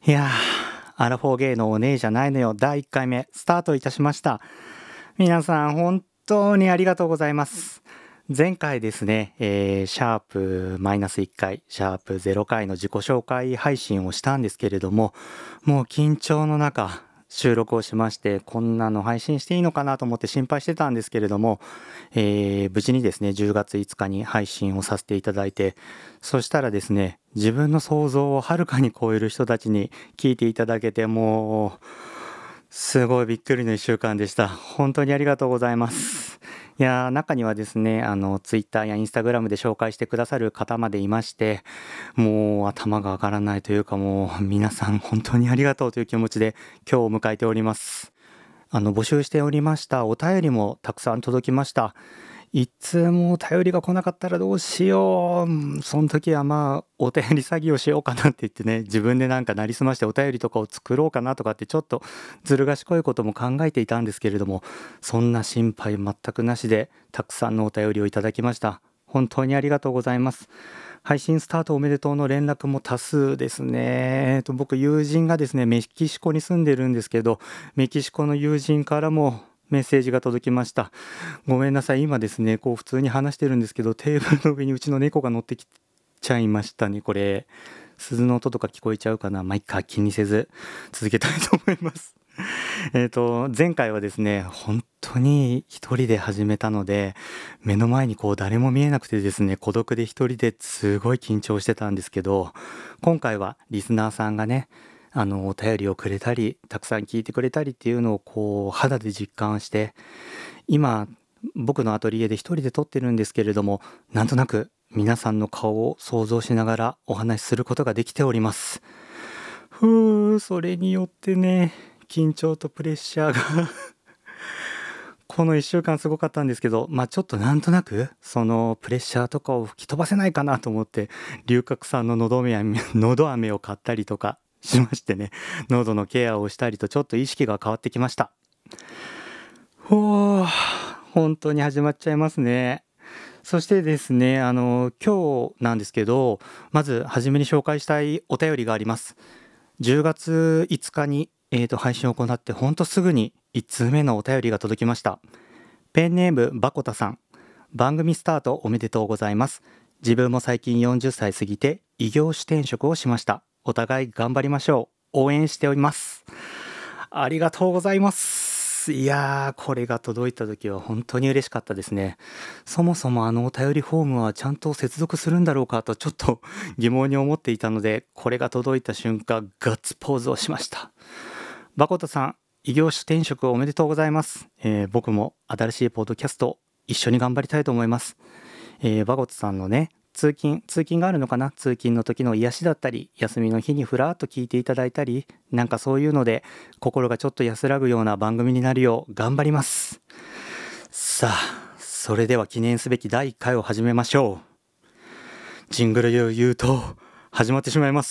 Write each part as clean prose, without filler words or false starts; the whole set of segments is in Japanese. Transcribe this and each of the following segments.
いやアラフォーゲイのお姉じゃないのよ第1回目スタートいたしました。皆さん本当にありがとうございます。前回ですね、シャープマイナス1回シャープ0回の自己紹介配信をしたんですけれども、もう緊張の中収録をしまして、こんなの配信していいのかなと思って心配してたんですけれども、無事にですね10月5日に配信をさせていただいて、そしたらですね自分の想像をはるかに超える人たちに聞いていただけて、もうすごいびっくりの1週間でした。本当にありがとうございます。いや中にはですねツイッターやインスタグラムで紹介してくださる方までいまして、もう頭が上がらないというか、もう皆さん本当にありがとうという気持ちで今日を迎えております。募集しておりましたお便りもたくさん届きました。いつもお便りが来なかったらどうしよう、その時はお便り詐欺をしようかなって言ってね、自分でなりすましてお便りとかを作ろうかなとかってちょっとずる賢いことも考えていたんですけれども、そんな心配全くなしでたくさんのお便りをいただきました。本当にありがとうございます。配信スタートおめでとうの連絡も多数ですね。僕友人がですねメキシコに住んでるんですけど、メキシコの友人からもメッセージが届きました。ごめんなさい、今ですね普通に話してるんですけど、テーブルの上にうちの猫が乗ってきちゃいましたね。これ鈴の音とか聞こえちゃうかな。いっか、気にせず続けたいと思います前回はですね本当に一人で始めたので、目の前に誰も見えなくてですね、孤独で一人ですごい緊張してたんですけど、今回はリスナーさんがねお便りをくれたりたくさん聞いてくれたりっていうのを肌で実感して、今僕のアトリエで一人で撮ってるんですけれども、なんとなく皆さんの顔を想像しながらお話しすることができております。それによってね緊張とプレッシャーがこの1週間すごかったんですけど、ちょっとなんとなくそのプレッシャーとかを吹き飛ばせないかなと思って、龍角散ののど飴を買ったりとかしましてね、喉のケアをしたりとちょっと意識が変わってきました。本当に始まっちゃいますね。そしてですね今日なんですけど、まず初めに紹介したいお便りがあります。10月5日に、配信を行ってほんとすぐに1通目のお便りが届きました。ペンネームバコタさん、番組スタートおめでとうございます。自分も最近40歳過ぎて異業種転職をしました。お互い頑張りましょう。応援しております。ありがとうございます。いやこれが届いた時は本当に嬉しかったですね。そもそもお便りフォームはちゃんと接続するんだろうかとちょっと疑問に思っていたので、これが届いた瞬間ガッツポーズをしました。バコタさん、異業種転職おめでとうございます。僕も新しいポッドキャスト一緒に頑張りたいと思います。バコタさんのね通勤があるのかな、通勤の時の癒しだったり、休みの日にふらっと聞いていただいたり、そういうので心がちょっと安らぐような番組になるよう頑張ります。さあそれでは記念すべき第1回を始めましょう。ジングルを言うと始まってしまいます。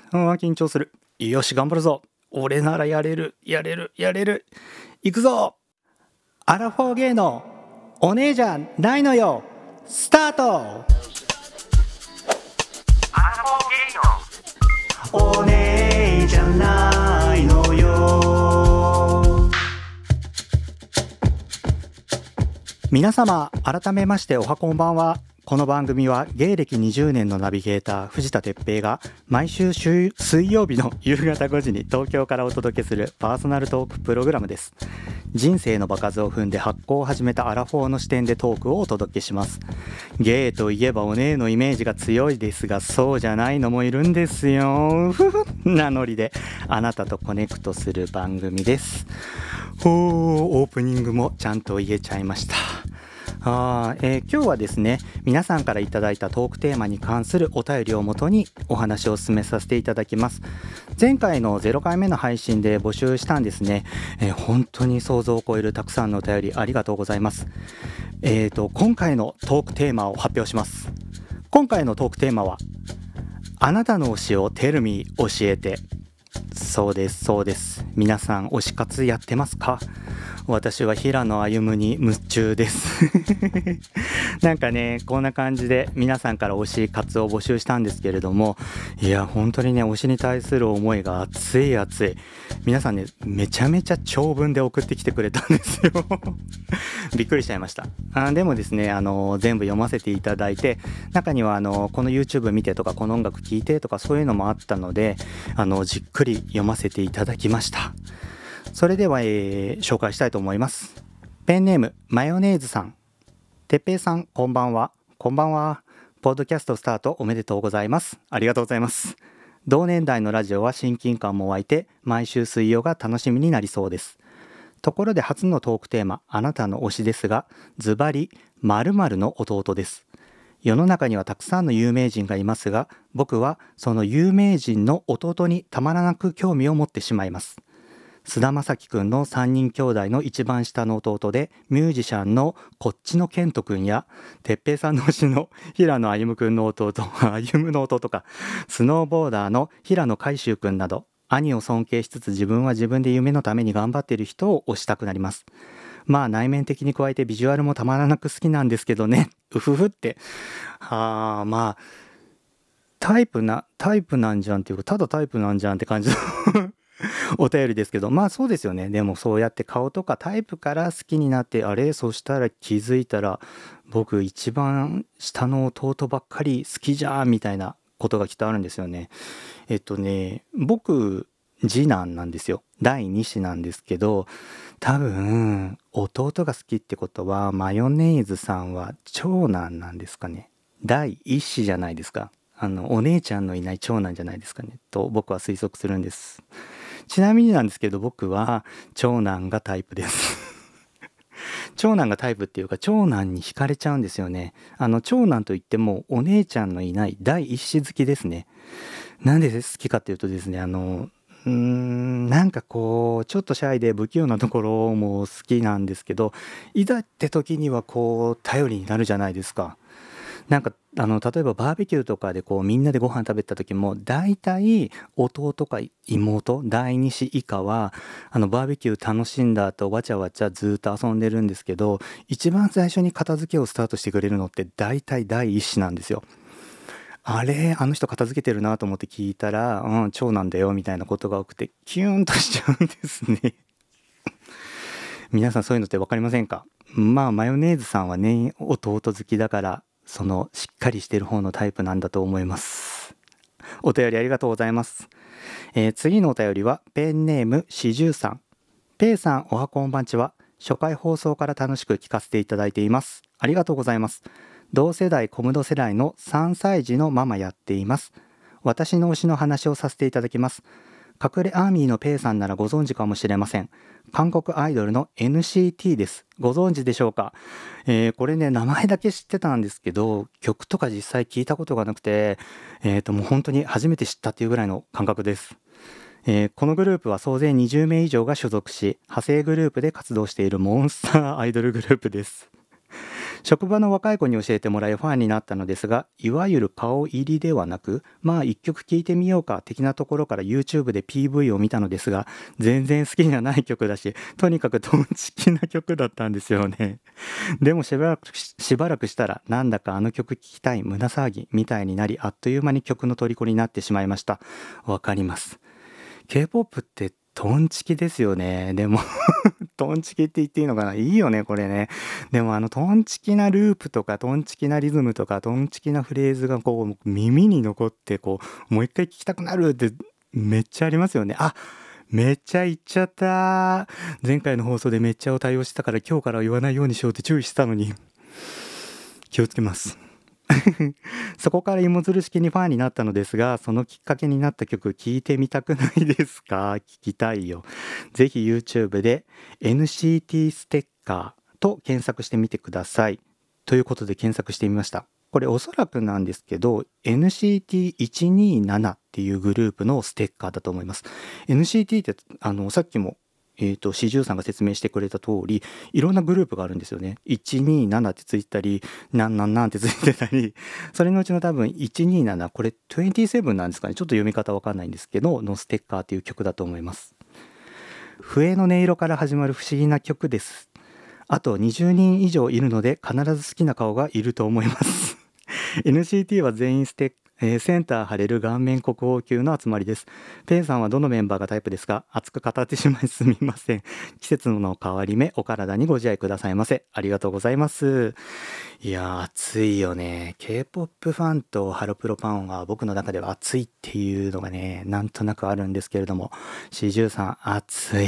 緊張する。よし頑張るぞ。俺ならやれる行くぞ。アラフォーゲイのお姉じゃないのよスタート。お姉じゃないのよ。皆様改めましておはこんばんは。この番組は芸歴20年のナビゲーター藤田哲平が毎週水曜日の夕方5時に東京からお届けするパーソナルトークプログラムです。人生の場数を踏んで発行を始めたアラフォーの視点でトークをお届けします。ゲイといえばお姉のイメージが強いですが、そうじゃないのもいるんですよ。なノリであなたとコネクトする番組です。オープニングもちゃんと言えちゃいました。今日はですね皆さんからいただいたトークテーマに関するお便りをもとにお話を進めさせていただきます。前回の0回目の配信で募集したんですね。本当に想像を超えるたくさんのお便りありがとうございます。今回のトークテーマを発表します。今回のトークテーマはあなたの推しをテルミ教えて。そうです。皆さん推し活やってますか？私は平野歩夢に夢中ですなんかねこんな感じで皆さんから推し活を募集したんですけれども、いや本当にね推しに対する思いが熱い熱い。皆さんねめちゃめちゃ長文で送ってきてくれたんですよびっくりしちゃいました。でもですね全部読ませていただいて、中にはこの YouTube 見てとかこの音楽聴いてとかそういうのもあったのでじっくり読ませていただきました。それでは、紹介したいと思います。ペンネームマヨネーズさん。てっぺいさんこんばんは。こんばんは。ポッドキャストスタートおめでとうございます。ありがとうございます。同年代のラジオは親近感も湧いて毎週水曜が楽しみになりそうです。ところで初のトークテーマ、あなたの推しですが、ズバリ〇〇の弟です。世の中にはたくさんの有名人がいますが、僕はその有名人の弟にたまらなく興味を持ってしまいます。菅田将暉くんの3人兄弟の一番下の弟でミュージシャンのこっちの健人くんや、哲平さんの推しの平野歩夢くんの弟歩夢の弟か、スノーボーダーの平野海舟くんなど、兄を尊敬しつつ自分は自分で夢のために頑張っている人を推したくなります。まあ内面的に加えてビジュアルもたまらなく好きなんですけどね、うふふって。まあタイプなんじゃんっていうか、ただタイプなんじゃんって感じのお便りですけど、まあそうですよね。でもそうやって顔とかタイプから好きになって、あれそしたら気づいたら僕一番下の弟ばっかり好きじゃんみたいなことがきっとあるんですよね。僕次男なんですよ。第2子なんですけど、多分弟が好きってことはマヨネーズさんは長男なんですかね。第1子じゃないですか。お姉ちゃんのいない長男じゃないですかねと僕は推測するんです。ちなみになんですけど、僕は長男がタイプです長男がタイプっていうか、長男に惹かれちゃうんですよね。長男といってもお姉ちゃんのいない第一子好きですね。なんで好きかっていうとですね、なんかこうちょっとシャイで不器用なところも好きなんですけど、いざって時にはこう頼りになるじゃないですか。なんか例えばバーベキューとかでこうみんなでご飯食べた時も、大体弟か妹第二子以下はバーベキュー楽しんだ後わちゃわちゃずっと遊んでるんですけど、一番最初に片付けをスタートしてくれるのって大体第一子なんですよ。あれあの人片付けてるなと思って聞いたら、長男だよみたいなことが多くてキューンとしちゃうんですね皆さんそういうのって分かりませんか？まあマヨネーズさんはね弟好きだから、そのしっかりしてる方のタイプなんだと思います。お便りありがとうございます。次のお便りはペンネーム四十さん。ペイさんおはこんばんちは。初回放送から楽しく聞かせていただいています。ありがとうございます。同世代コムド世代の3歳児のママやっています。私の推しの話をさせていただきます。隠れアーミーのペイさんならご存知かもしれません。韓国アイドルの NCT です。ご存知でしょうか？これね名前だけ知ってたんですけど、曲とか実際聞いたことがなくて、もう本当に初めて知ったっていうぐらいの感覚です。このグループは総勢20名以上が所属し、派生グループで活動しているモンスターアイドルグループです。職場の若い子に教えてもらいファンになったのですが、いわゆる顔入りではなく、まあ一曲聴いてみようか的なところから YouTube で PV を見たのですが、全然好きじゃない曲だし、とにかくトンチキな曲だったんですよね。でもしばらくしたら、なんだかあの曲聴きたい胸騒ぎみたいになり、あっという間に曲の虜になってしまいました。わかります。K-POP ってトンチキですよね。でもトンチキって言っていいのかな、いいよねこれね。でもトンチキなループとかトンチキなリズムとかトンチキなフレーズがこう耳に残ってこうもう一回聞きたくなるってめっちゃありますよね。めっちゃ言っちゃった。前回の放送でめっちゃを対応したから今日からは言わないようにしようって注意したのに、気をつけますそこから芋づる式にファンになったのですが、そのきっかけになった曲聞いてみたくないですか？聞きたいよ。ぜひ YouTube で NCT ステッカーと検索してみてください。ということで検索してみました。これおそらくなんですけど NCT127 っていうグループのステッカーだと思います。NCT ってさっきも四十さんが説明してくれた通り、いろんなグループがあるんですよね。127ってついたり、なんってついてたり、それのうちの多分127、これ27なんですかね。ちょっと読み方わかんないんですけど、のステッカーっていう曲だと思います。笛の音色から始まる不思議な曲です。 あと20人以上いるので必ず好きな顔がいると思います。NCT は全員センター張れる顔面国宝級の集まりです。ペンさんはどのメンバーがタイプですか？熱く語ってしまいすみません。季節の変わり目、お体にご自愛くださいませ。ありがとうございます。いやー、暑いよね。K-POP ファンとハロプロファンは僕の中では暑いっていうのがね、なんとなくあるんですけれども、40さん、暑い。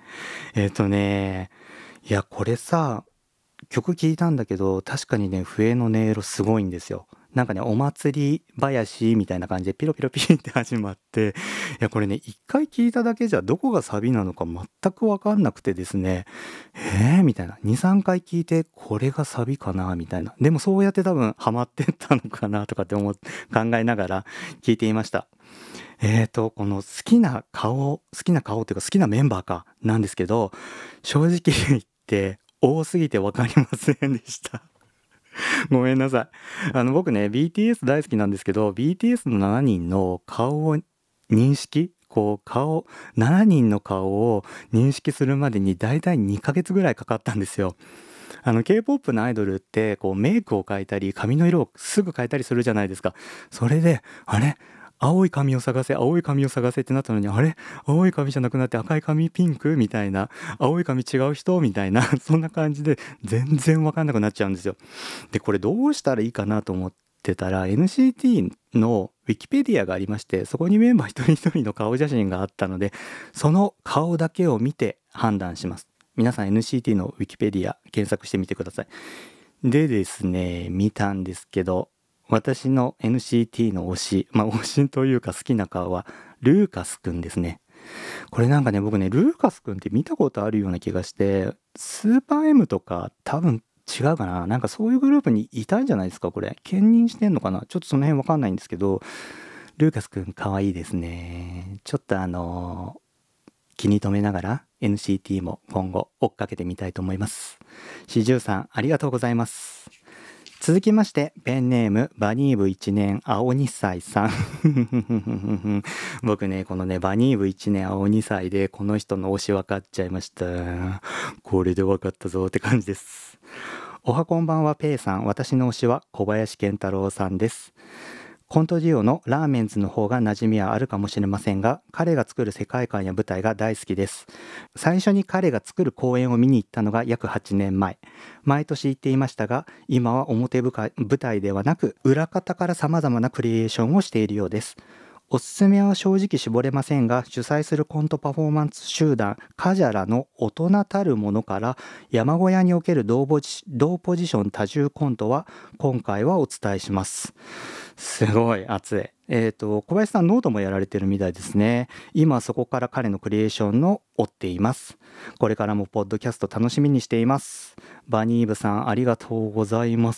いや、これさ、曲聴いたんだけど、確かにね、笛の音色すごいんですよ。なんかね、お祭り林みたいな感じでピロピロピンって始まって、いや、これね、一回聴いただけじゃどこがサビなのか全くわかんなくてですね、みたいな。2、3回聴いて、これがサビかなみたいな。でもそうやって多分ハマってったのかなとかって考えながら聴いていました。この好きな顔っていうか好きなメンバーかなんですけど、正直言って多すぎて分かりませんでした。ごめんなさい。僕ね、BTS 大好きなんですけど、BTS の7人の顔を認識7人の顔を認識するまでにだいたい2ヶ月ぐらいかかったんですよ。K-POP のアイドルってこうメイクを変えたり髪の色をすぐ変えたりするじゃないですか。それであれ青い髪を探せ青い髪を探せってなったのに、あれ青い髪じゃなくなって赤い髪ピンクみたいな、青い髪違う人みたいなそんな感じで全然わかんなくなっちゃうんですよ。でこれどうしたらいいかなと思ってたら NCT のウィキペディアがありまして、そこにメンバー一人一人の顔写真があったので、その顔だけを見て判断します。皆さん NCT のウィキペディア検索してみてください。でですね、見たんですけど、私の NCT の推し、推しというか好きな顔はルーカスくんですね。これなんかね、僕ね、ルーカスくんって見たことあるような気がして、スーパー M とか多分違うかな、なんかそういうグループにいたんじゃないですか、これ。兼任してんのかな、ちょっとその辺わかんないんですけど、ルーカスくんかわいいですね。ちょっと気に留めながら NCT も今後追っかけてみたいと思います。40さん、ありがとうございます。続きましてペンネームバニーブ1年青2歳さん僕ね、このねバニーブ1年青2歳でこの人の推し分かっちゃいました。これで分かったぞって感じです。おはこんばんはペイさん、私の推しは小林健太郎さんです。コントデュオのラーメンズの方が馴染みはあるかもしれませんが、彼が作る世界観や舞台が大好きです。最初に彼が作る公演を見に行ったのが約8年前。毎年行っていましたが、今は舞台ではなく、裏方から様々なクリエーションをしているようです。おすすめは正直絞れませんが、主催するコントパフォーマンス集団カジャラの大人たるものから山小屋における同ポジション多重コントは今回はお伝えします。すごい熱い。小林さんノートもやられてるみたいですね。今そこから彼のクリエーションを追っています。これからもポッドキャスト楽しみにしています。バニーブさんありがとうございます。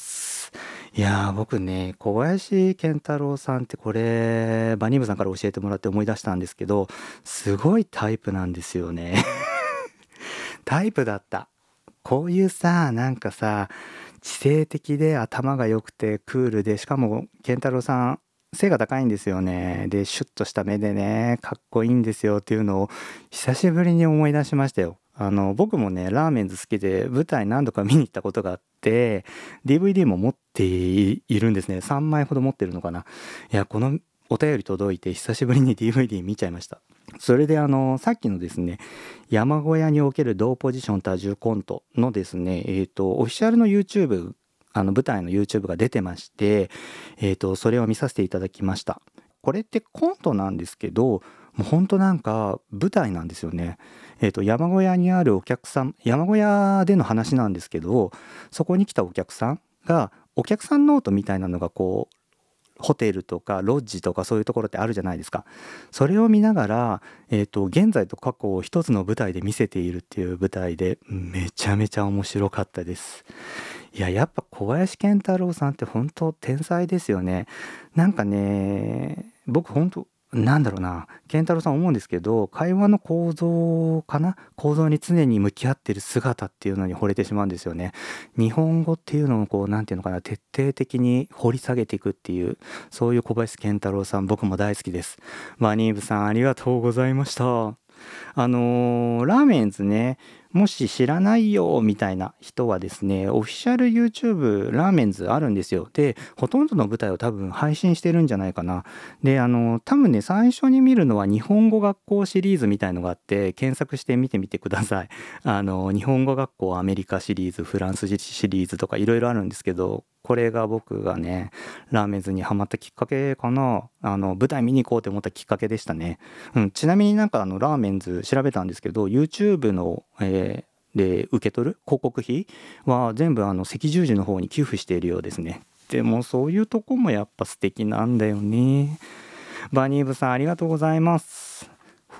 いやー、僕ね、小林健太郎さんってこれバニーブさんから教えてもらって思い出したんですけど、すごいタイプなんですよね。タイプだった。こういうさ、なんかさ、知性的で頭が良くてクールで、しかも健太郎さん背が高いんですよね。でシュッとした目でね、かっこいいんですよっていうのを久しぶりに思い出しましたよ。僕もねラーメンズ好きで舞台何度か見に行ったことがあって、 DVD も持っているんですね。3枚ほど持ってるのかな。いや、このお便り届いて久しぶりに DVD 見ちゃいました。それでさっきのですね、山小屋における同ポジション多重コントのですね、オフィシャルの YouTube、舞台の YouTube が出てまして、それを見させていただきました。これってコントなんですけど、もうほんとなんか舞台なんですよね。山小屋にあるお客さん、山小屋での話なんですけど、そこに来たお客さんがお客さんノートみたいなのがこうホテルとかロッジとかそういうところってあるじゃないですか。それを見ながら、現在と過去を一つの舞台で見せているっていう舞台で、めちゃめちゃ面白かったです。いや、やっぱ小林健太郎さんって本当天才ですよね。なんかね、僕本当なんだろうな、健太郎さん思うんですけど、会話の構造に常に向き合ってる姿っていうのに惚れてしまうんですよね。日本語っていうのをこう、なんていうのかな、徹底的に掘り下げていくっていう、そういう小林健太郎さん、僕も大好きです。ワニーブさん、ありがとうございました。ラーメンズね、 もし知らないよみたいな人はですね、オフィシャル YouTube ラーメンズあるんですよ。で、ほとんどの舞台を多分配信してるんじゃないかな。で、多分ね、最初に見るのは日本語学校シリーズみたいのがあって、検索して見てみてください。日本語学校アメリカシリーズ、フランスシリーズとかいろいろあるんですけど、これが僕がね、ラーメンズにハマったきっかけかな。舞台見に行こうって思ったきっかけでしたね。ちなみになんかラーメンズ調べたんですけど、YouTube の、で受け取る広告費は全部赤十字の方に寄付しているようですね。でもそういうとこもやっぱ素敵なんだよね。バニーブさんありがとうございます。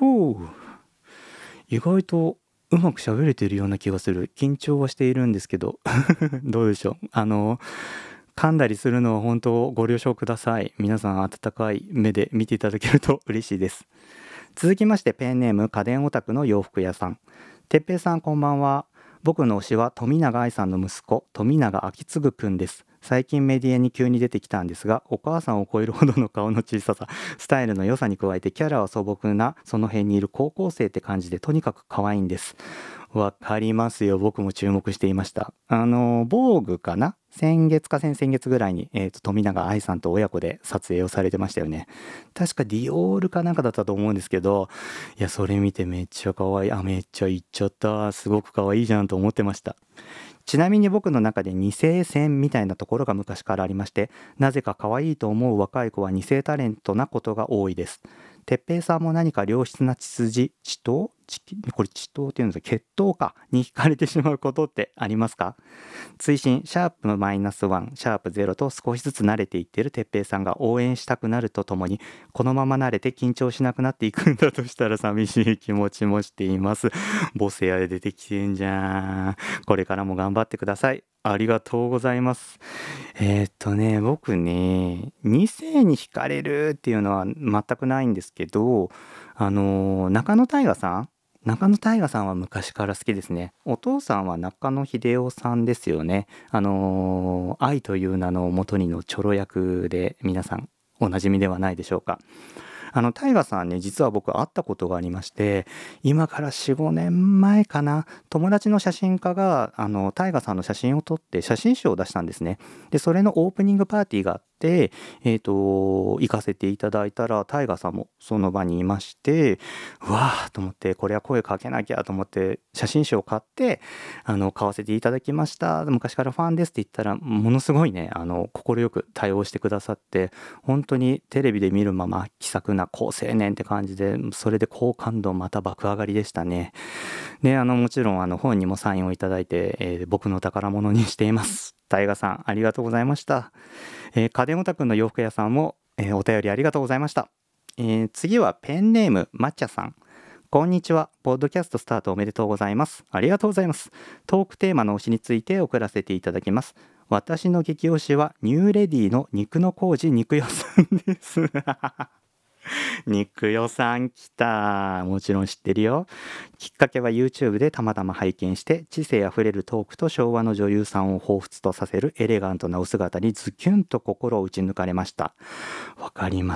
意外とうまく喋れてるような気がする。緊張はしているんですけどどうでしょう。噛んだりするのは本当ご了承ください。皆さん温かい目で見ていただけると嬉しいです。続きましてペンネーム家電オタクの洋服屋さん。てっぺいさんこんばんは。僕の推しは富永愛さんの息子富永明次くんです。最近メディアに急に出てきたんですが、お母さんを超えるほどの顔の小ささ、スタイルの良さに加えてキャラは素朴なその辺にいる高校生って感じでとにかく可愛いんです。わかりますよ。僕も注目していました。防具かな、先月か先々月ぐらいに、富永愛さんと親子で撮影をされてましたよね。確かディオールかなんかだったと思うんですけど、いや、それ見てめっちゃ可愛い。めっちゃ言っちゃった。すごく可愛いじゃんと思ってました。ちなみに僕の中で二世線みたいなところが昔からありまして、なぜか可愛いと思う若い子は二世タレントなことが多いです。てっぺいさんも何か良質な血筋、これ血統っていうんですか、血統かに惹かれてしまうことってありますか？追伸シャープマイナス1シャープ0と少しずつ慣れていっているてっぺいさんが応援したくなるとともに、このまま慣れて緊張しなくなっていくんだとしたら寂しい気持ちもしています。ボセアで出てきてんじゃん。これからも頑張ってください。ありがとうございます。僕ね、2世に惹かれるっていうのは全くないんですけど、中野大河さんは昔から好きですね。お父さんは中野秀夫さんですよね。愛という名の元にのチョロ役で皆さんおなじみではないでしょうか。タイガさんね、実は僕会ったことがありまして、今から4、5年前かな、友達の写真家がタイガさんの写真を撮って写真集を出したんですね。で、それのオープニングパーティーがあって、行かせていただいたら、タイガさんもその場にいまして、うわーと思って、これは声かけなきゃと思って、写真集を買って、買わせていただきました。昔からファンですって言ったら、ものすごいね、快く対応してくださって、本当にテレビで見るまま気さくな好青年って感じで、それで好感度また爆上がりでしたね。で、もちろん本にもサインをいただいて、僕の宝物にしています。大河さん、ありがとうございました。家電オタクの洋服屋さんも、お便りありがとうございました。次はペンネーム抹茶さん。こんにちは。ポッドキャストスタートおめでとうございます。ありがとうございます。トークテーマの推しについて送らせていただきます。私の激推しはニューレディの肉の工事肉屋さんです。肉代さん来た。もちろん知ってるよ。きっかけは YouTube でたまたま拝見して、知性あふれるトークと昭和の女優さんを彷彿とさせるエレガントなお姿にズキュンと心を打ち抜かれました。わかります。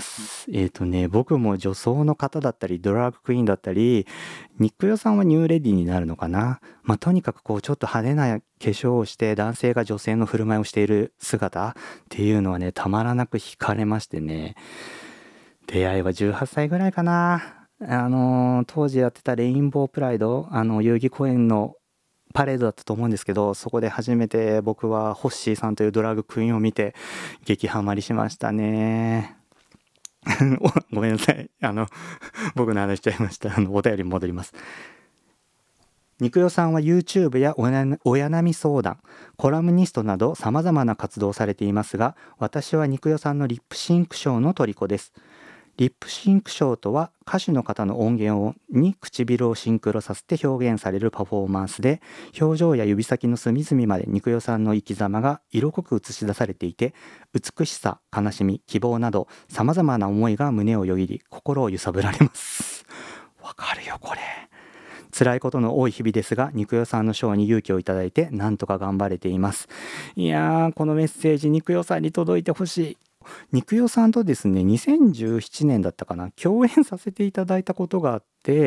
僕も女装の方だったりドラッグクイーンだったり、肉代さんはニューレディになるのかな。とにかくこうちょっと派手な化粧をして男性が女性の振る舞いをしている姿っていうのはね、たまらなく惹かれましてね。出会いは18歳ぐらいかな。当時やってたレインボープライド、代々木公園のパレードだったと思うんですけど、そこで初めて僕はホッシーさんというドラッグクイーンを見て激ハマりしましたね。ごめんなさい。僕の話しちゃいました。お便り戻ります。肉代さんは YouTube や親並み相談、コラムニストなど様々な活動をされていますが、私は肉代さんのリップシンクショーの虜です。リップシンクショーとは歌手の方の音源に唇をシンクロさせて表現されるパフォーマンスで、表情や指先の隅々まで肉代さんの生き様が色濃く映し出されていて、美しさ、悲しみ、希望など様々な思いが胸をよぎり、心を揺さぶられます。わかるよこれ。辛いことの多い日々ですが、肉代さんのショーに勇気をいただいてなんとか頑張れています。いやー、このメッセージ肉代さんに届いてほしい。 肉代さんとですね、2017年だったかな、共演させていただいたことがあって、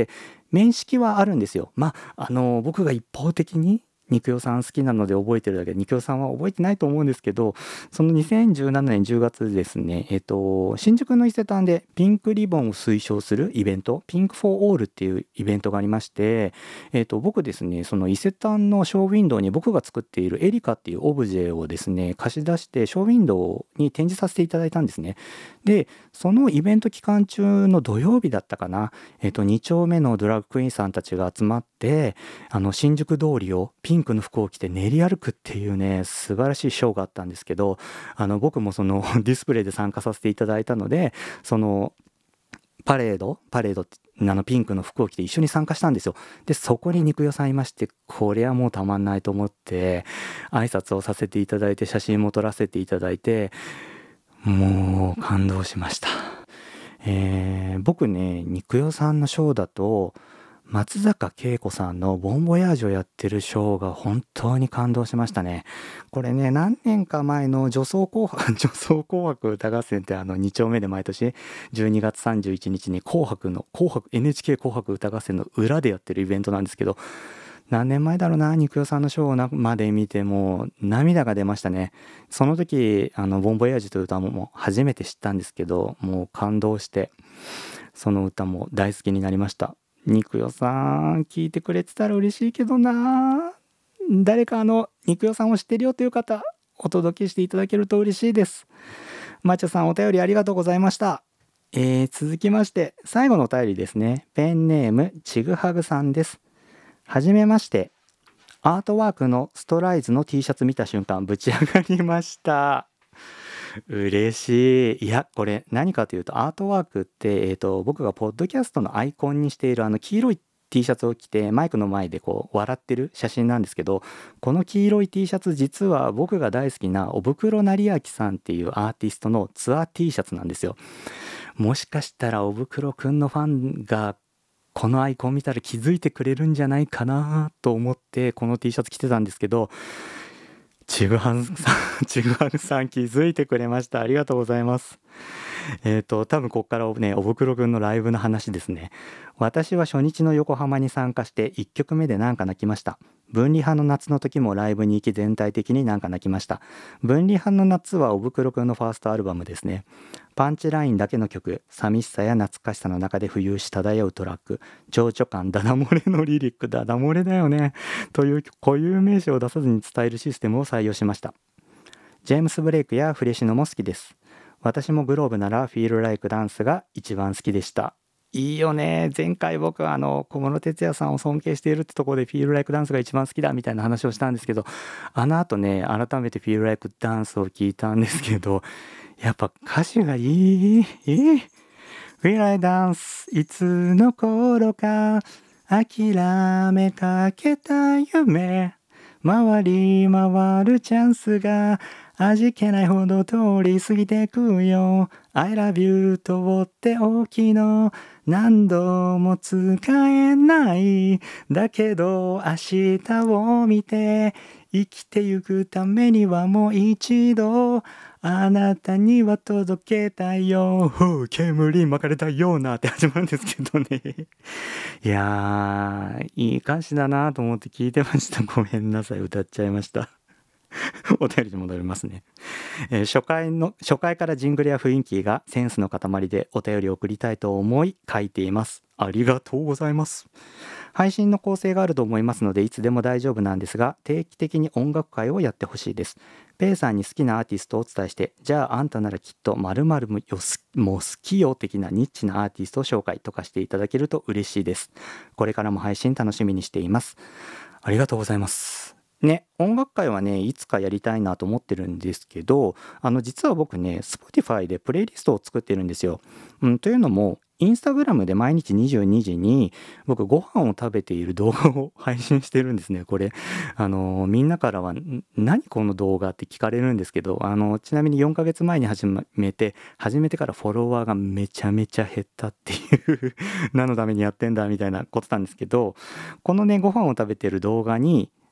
面識はあるんですよ。僕が一方的に肉代さん好きなので覚えてるだけで、肉代さんは覚えてないと思うんですけど、その2017年10月ですね、新宿の伊勢丹でピンクリボンを推奨するイベント、ピンクフォーオールっていうイベントがありまして、僕ですね、その伊勢丹のショーウィンドウに僕が作っているエリカっていうオブジェをですね、貸し出してショーウィンドウに展示させていただいたんですね。で、そのイベント期間中の土曜日だったかな、2丁目のドラッグクイーンさんたちが集まって、新宿通りをピンクの服を着て練り歩くっていうね、素晴らしいショーがあったんですけど、僕もそのディスプレイで参加させていただいたので、そのパレードってピンクの服を着て一緒に参加したんですよ。で、そこに肉代さんいまして、これはもうたまんないと思って挨拶をさせていただいて、写真も撮らせていただいて、もう感動しました。僕ね、肉代さんのショーだと松坂慶子さんのボンボヤージュをやってるショーが本当に感動しましたね。これね、何年か前の女装紅白歌合戦って2丁目で毎年12月31日にNHK 紅白歌合戦の裏でやってるイベントなんですけど、何年前だろうな、肉代さんのショーをまで見ても涙が出ましたね。その時ボンボヤージュという歌も初めて知ったんですけど、もう感動して、その歌も大好きになりました。肉代さん聞いてくれてたら嬉しいけどな。誰か肉代さんを知ってるよという方、お届けしていただけると嬉しいです。まちゃさん、お便りありがとうございました。続きまして最後のお便りですね。ペンネームちぐはぐさんです。はじめまして。アートワークのストライズの T シャツ見た瞬間ぶち上がりました。嬉しい。いや、これ何かというと、アートワークって、僕がポッドキャストのアイコンにしている黄色い T シャツを着てマイクの前でこう笑ってる写真なんですけど、この黄色い T シャツ実は僕が大好きなおぶくろ成明さんっていうアーティストのツアー T シャツなんですよ。もしかしたらおぶくろくんのファンがこのアイコン見たら気づいてくれるんじゃないかなと思ってこの T シャツ着てたんですけど、ちぐはぐさん気づいてくれました。ありがとうございます。多分ここからね、おぶくろくんのライブの話ですね。私は初日の横浜に参加して1曲目でなんか泣きました。分離派の夏の時もライブに行き全体的になんか泣きました。分離派の夏はおぶくろくんのファーストアルバムですね。パンチラインだけの曲、寂しさや懐かしさの中で浮遊し漂うトラック、情緒感ダダ漏れのリリック、ダダ漏れだよねという固有名詞を出さずに伝えるシステムを採用しました。ジェームス・ブレイクやフレシノも好きです。私もグローブならフィール・ライク・ダンスが一番好きでした。いいよね。前回僕は小室哲哉さんを尊敬しているってところでフィール・ライク・ダンスが一番好きだみたいな話をしたんですけど、あの後ね、改めてフィール・ライク・ダンスを聞いたんですけど、やっぱ歌詞がいい。フィール・ライク・ダンス、いつの頃か諦めかけた夢、回り回るチャンスが味気ないほど通り過ぎてくよ。 I love you とっておきの何度も使えないだけど明日を見て生きてゆくためにはもう一度あなたには届けたいよ、煙に巻かれたようなって始まるんですけどねいやー、いい歌詞だなと思って聞いてました。ごめんなさい、歌っちゃいましたお便りに戻りますね。初回からジングルや雰囲気がセンスの塊でお便りを送りたいと思い書いています。ありがとうございます。配信の構成があると思いますのでいつでも大丈夫なんですが、定期的に音楽会をやってほしいです。ペイさんに好きなアーティストをお伝えして、じゃああんたならきっと〇〇も好きよ的なニッチなアーティストを紹介とかしていただけると嬉しいです。これからも配信楽しみにしています。ありがとうございます。ね、音楽会はね、いつかやりたいなと思ってるんですけど、実は僕ね、Spotify でプレイリストを作ってるんですよ。というのも、インスタグラムで毎日22時に僕ご飯を食べている動画を配信してるんですね。これ、みんなからは何この動画って聞かれるんですけど、ちなみに4ヶ月前に始めてからフォロワーがめちゃめちゃ減ったっていう何のためにやってんだみたいなことなんですけど、このね、ご飯を食べてる動画に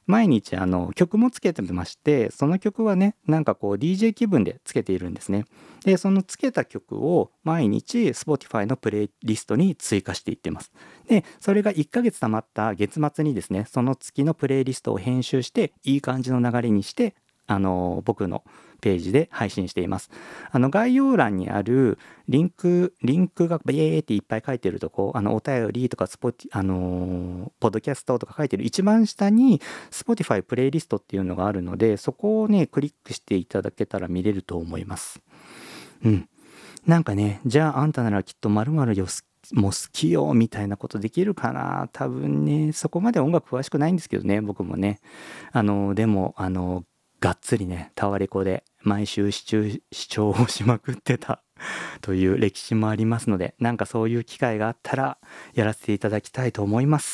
毎日曲もつけてまして、その曲はねなんかこう DJ 気分でつけているんですね。でそのつけた曲を毎日 Spotify のプレイリストに追加していってます。でそれが1ヶ月溜まった月末にですね、その月のプレイリストを編集していい感じの流れにして僕のページで配信しています。概要欄にあるリンクがベーっていっぱい書いてるとこ、お便りとかポッドキャストとか書いてる一番下に Spotify プレイリストっていうのがあるので、そこをねクリックしていただけたら見れると思います。なんかね、じゃああんたならきっと〇〇よも好きよみたいなことできるかな。多分ねそこまで音楽詳しくないんですけどね、僕もね。でもがっつりねタワレコで毎週視聴をしまくってたという歴史もありますので、なんかそういう機会があったらやらせていただきたいと思います。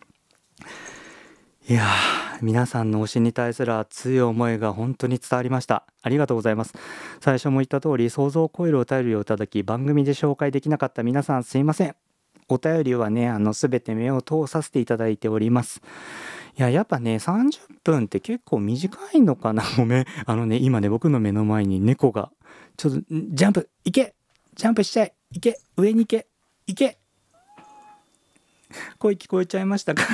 いやー、皆さんの推しに対する熱い思いが本当に伝わりました。ありがとうございます。最初も言った通り、想像を超えるお便りをいただき、番組で紹介できなかった皆さんすいません。お便りはね全て目を通させていただいております。やっぱね30分って結構短いのかな。ごめん、今ね僕の目の前に猫がちょっとジャンプ行け、ジャンプしちゃい、行け、上に行け声聞こえちゃいましたか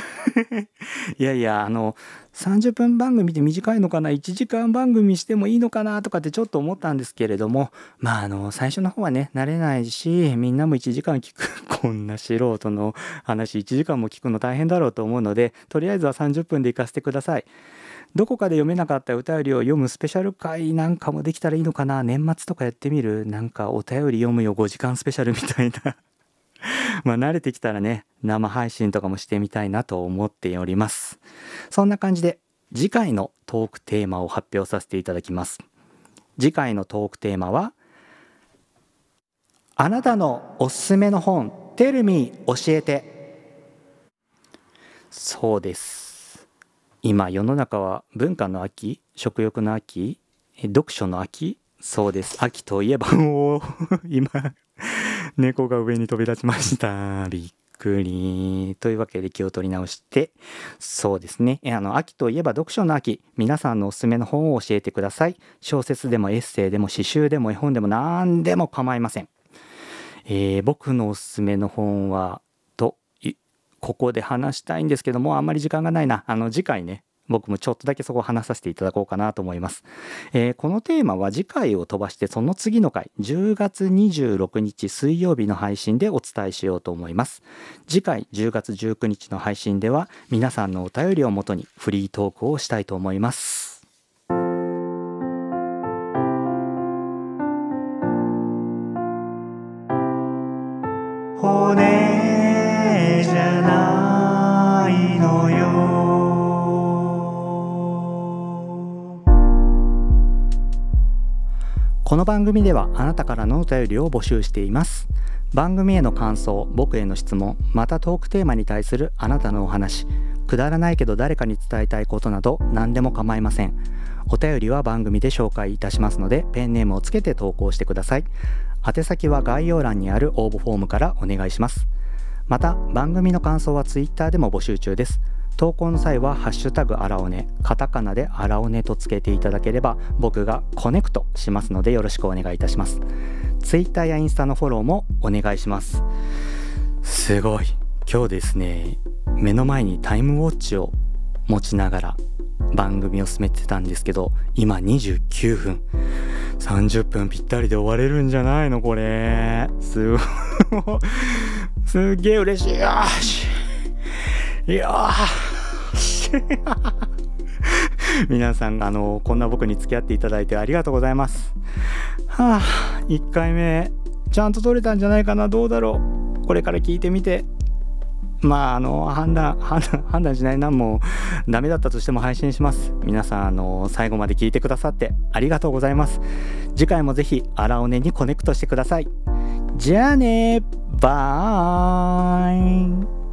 30分番組で短いのかな、1時間番組してもいいのかなとかってちょっと思ったんですけれども、最初の方はね慣れないし、みんなも1時間聞くこんな素人の話1時間も聞くの大変だろうと思うので、とりあえずは30分で行かせてください。どこかで読めなかったお便りを読むスペシャル回なんかもできたらいいのかな。年末とかやってみる？なんかお便り読むよ5時間スペシャルみたいな慣れてきたらね生配信とかもしてみたいなと思っております。そんな感じで次回のトークテーマを発表させていただきます。次回のトークテーマは、あなたのおすすめの本テルミー教えて。そうです、今世の中は文化の秋、食欲の秋、読書の秋。そうです、秋といえば今猫が上に飛び立ちました。びっくり。というわけで気を取り直して、そうですね、秋といえば読書の秋。皆さんのおすすめの本を教えてください。小説でもエッセイでも詩集でも絵本でも何でも構いません。僕のおすすめの本はここで話したいんですけども、あんまり時間がないな。次回ね僕もちょっとだけそこを話させていただこうかなと思います。このテーマは次回を飛ばしてその次の回、10月26日水曜日の配信でお伝えしようと思います。次回10月19日の配信では皆さんのお便りをもとにフリートークをしたいと思います。骨じゃないのよ。この番組ではあなたからのお便りを募集しています。番組への感想、僕への質問、またトークテーマに対するあなたのお話、くだらないけど誰かに伝えたいことなど何でも構いません。お便りは番組で紹介いたしますので、ペンネームをつけて投稿してください。宛先は概要欄にある応募フォームからお願いします。また番組の感想はツイッターでも募集中です。投稿の際はハッシュタグあらおね、カタカナであらおねとつけていただければ僕がコネクトしますのでよろしくお願いいたします。ツイッターやインスタのフォローもお願いします。すごい、今日ですね目の前にタイムウォッチを持ちながら番組を進めてたんですけど、今29分、30分ぴったりで終われるんじゃないのこれ。すっげえ嬉しい。よし皆さんこんな僕に付き合っていただいてありがとうございます。1回目ちゃんと撮れたんじゃないかな。どうだろう、これから聞いてみて判断しないな。もうダメだったとしても配信します。皆さん最後まで聞いてくださってありがとうございます。次回もぜひあらおねにコネクトしてください。じゃあね、バイ。